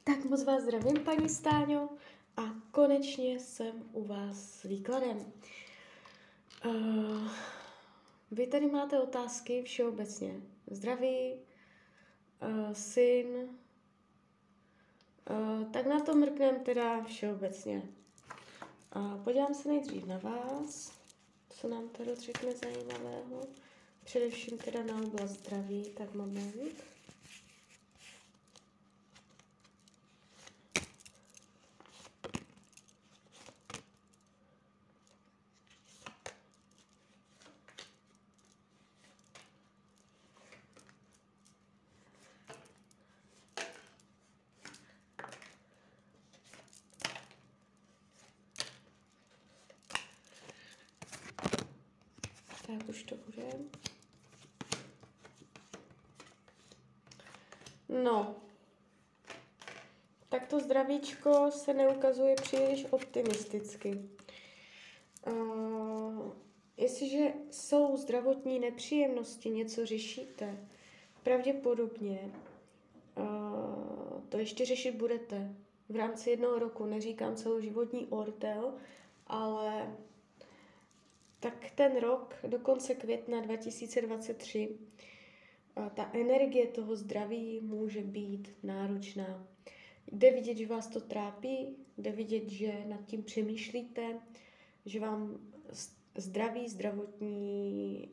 Tak moc vás zdravím, paní Stáňo, a konečně jsem u vás s výkladem. Vy tady máte otázky všeobecně. Zdraví, syn, tak na to mrknem teda všeobecně. Podívám se nejdřív na vás, co nám tady řekne zajímavého. Především teda na oblast zdraví, tak moment. Tak už to bude. No, tak to zdravíčko se neukazuje příliš optimisticky. Jestliže jsou zdravotní nepříjemnosti, něco řešíte, pravděpodobně to ještě řešit budete v rámci 1 roku. Neříkám celoživotní ortel, ale tak ten rok do konce května 2023 ta energie toho zdraví může být náročná. Jde vidět, že vás to trápí, jde vidět, že nad tím přemýšlíte, že vám zdravotní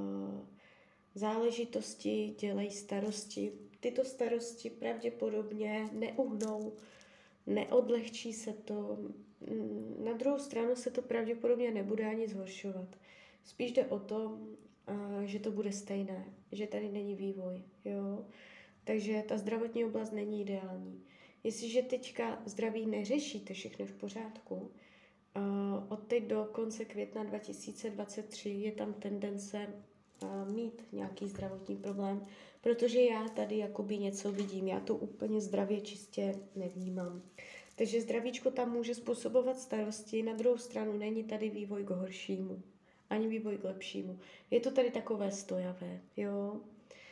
záležitosti dělají starosti. Tyto starosti pravděpodobně neuhnou, neodlehčí se to. Na druhou stranu se to pravděpodobně nebude ani zhoršovat. Spíš jde o to, že to bude stejné, že tady není vývoj. Jo? Takže ta zdravotní oblast není ideální. Jestliže teďka zdraví neřešíte, všechno v pořádku, od teď do konce května 2023 je tam tendence mít nějaký zdravotní problém, protože já tady jakoby něco vidím, já to úplně zdravě čistě nevnímám. Takže zdravíčko tam může způsobovat starosti, na druhou stranu není tady vývoj k horšímu, ani vývoj k lepšímu. Je to tady takové stojavé, jo.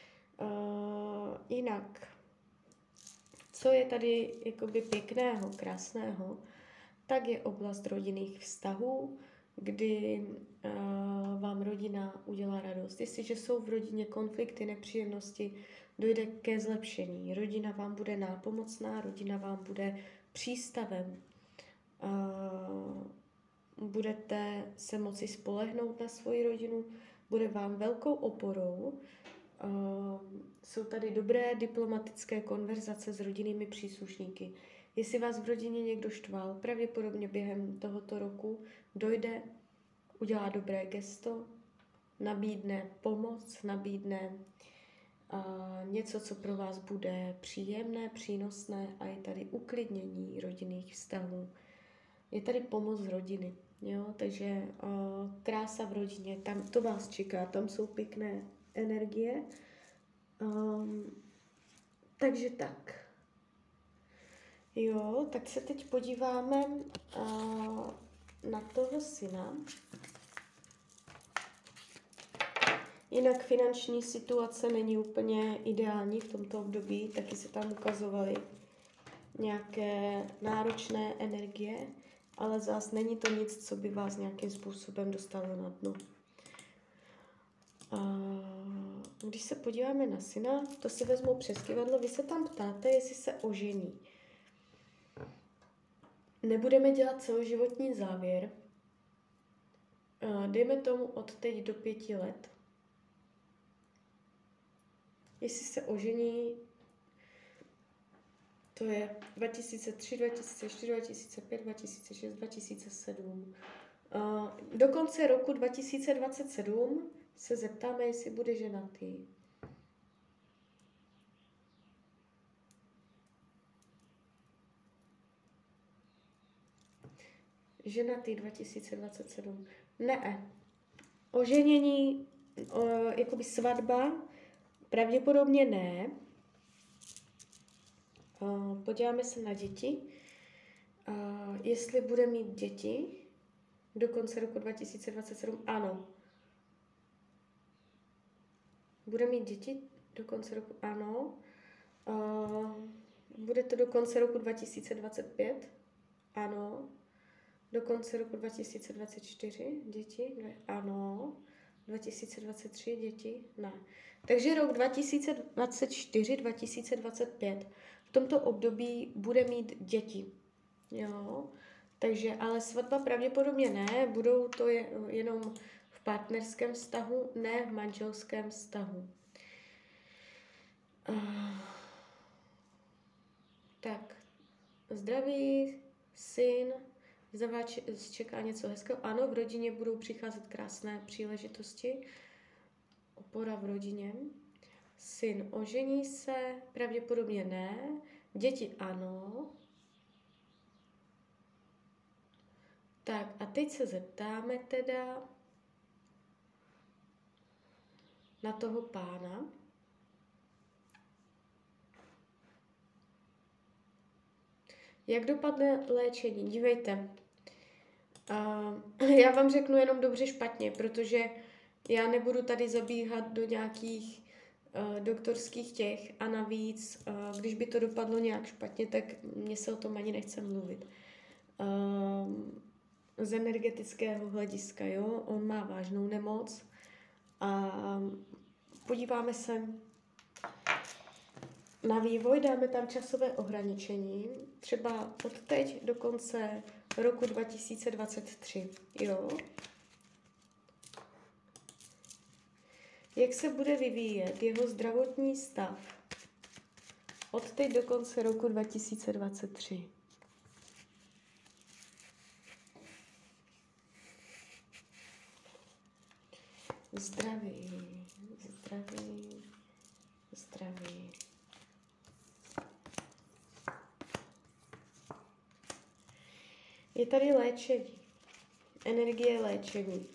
Jinak, co je tady jakoby pěkného, krásného, tak je oblast rodinných vztahů, kdy vám rodina udělá radost. Jestliže jsou v rodině konflikty, nepříjemnosti, dojde ke zlepšení. Rodina vám bude nápomocná, rodina vám bude přístavem. Budete se moci spolehnout na svoji rodinu, bude vám velkou oporou. Jsou tady dobré diplomatické konverzace s rodinnými příslušníky. Jestli vás v rodině někdo štval, pravděpodobně během tohoto roku dojde, udělá dobré gesto, nabídne pomoc, nabídne něco, co pro vás bude příjemné, přínosné, a je tady uklidnění rodinných vztahů. Je tady pomoc z rodiny, jo? Takže krása v rodině, tam to vás čeká, tam jsou pěkné energie. Takže tak. Jo, tak se teď podíváme na toho syna. Jinak finanční situace není úplně ideální v tomto období, taky se tam ukazovaly nějaké náročné energie, ale zás není to nic, co by vás nějakým způsobem dostalo na dno. Když se podíváme na syna, to si vezmu přes kyvadlo, vy se tam ptáte, jestli se ožení. Nebudeme dělat celoživotní závěr. Dejme tomu od teď do 5 let. Jestli se ožení, to je 2003, 2004, 2005, 2006, 2007. Do konce roku 2027 se zeptáme, jestli bude ženatý. Ženatý 2027. Ne. Oženění, jakoby svatba, pravděpodobně ne. Podíváme se na děti. Jestli bude mít děti do konce roku 2027, ano. Bude mít děti do konce roku, ano. Bude to do konce roku 2025? Ano. Do konce roku 2024 děti? Ano. 2023 děti? Ne. Takže rok 2024, 2025 v tomto období bude mít děti. Jo. Takže, ale svatba pravděpodobně ne, budou to jenom v partnerském vztahu, ne v manželském vztahu. Tak, zdraví, syn, zda vás čeká něco hezkého. Ano, v rodině budou přicházet krásné příležitosti. Opora v rodině. Syn ožení se, pravděpodobně ne. Děti ano. Tak a teď se zeptáme teda na toho pána. Jak dopadne léčení? Dívejte, já vám řeknu jenom dobře špatně, protože já nebudu tady zabíhat do nějakých doktorských těch a navíc, když by to dopadlo nějak špatně, tak mně se o tom ani nechce mluvit. Z energetického hlediska, jo, on má vážnou nemoc a podíváme se na vývoj, dáme tam časové ohraničení, třeba od teď do konce roku 2023, jo. Jak se bude vyvíjet jeho zdravotní stav od teď do konce roku 2023? Zdraví. Je tady léčení. Energie léčení.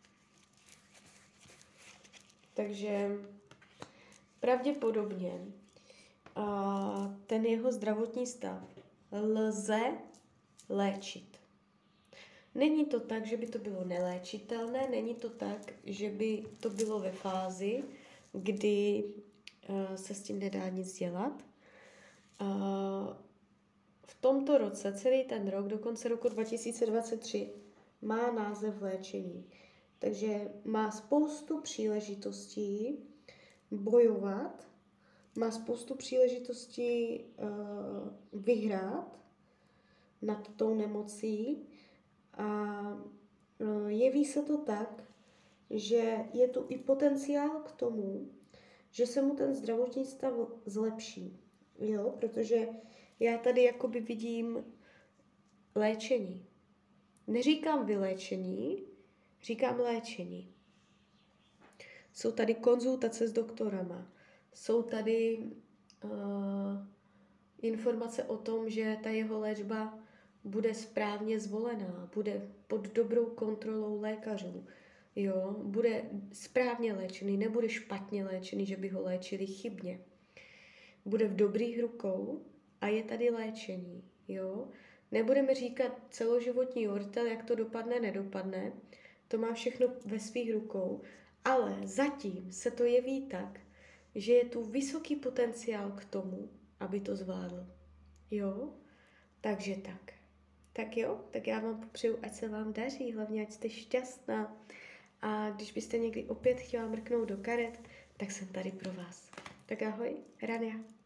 Takže pravděpodobně ten jeho zdravotní stav lze léčit. Není to tak, že by to bylo neléčitelné, není to tak, že by to bylo ve fázi, kdy se s tím nedá nic dělat. V tomto roce, celý ten rok, do konce roku 2023, má název léčení. Takže má spoustu příležitostí bojovat, má spoustu příležitostí vyhrát nad tou nemocí a jeví se to tak, že je tu i potenciál k tomu, že se mu ten zdravotní stav zlepší. Jo, protože já tady jakoby vidím léčení. Neříkám vyléčení, říkám léčení. Jsou tady konzultace s doktorama, jsou tady informace o tom, že ta jeho léčba bude správně zvolená, bude pod dobrou kontrolou lékařů, jo, bude správně léčený, nebude špatně léčený, že by ho léčili chybně. Bude v dobrých rukou a je tady léčení, jo. Nebudeme říkat celoživotní ortel, jak to dopadne, nedopadne, to má všechno ve svých rukou, ale zatím se to jeví tak, že je tu vysoký potenciál k tomu, aby to zvládl, jo. Takže tak. Tak jo, tak já vám popřeju, ať se vám daří, hlavně ať jste šťastná. A když byste někdy opět chtěla mrknout do karet, tak jsem tady pro vás. Tak ahoj, Rania.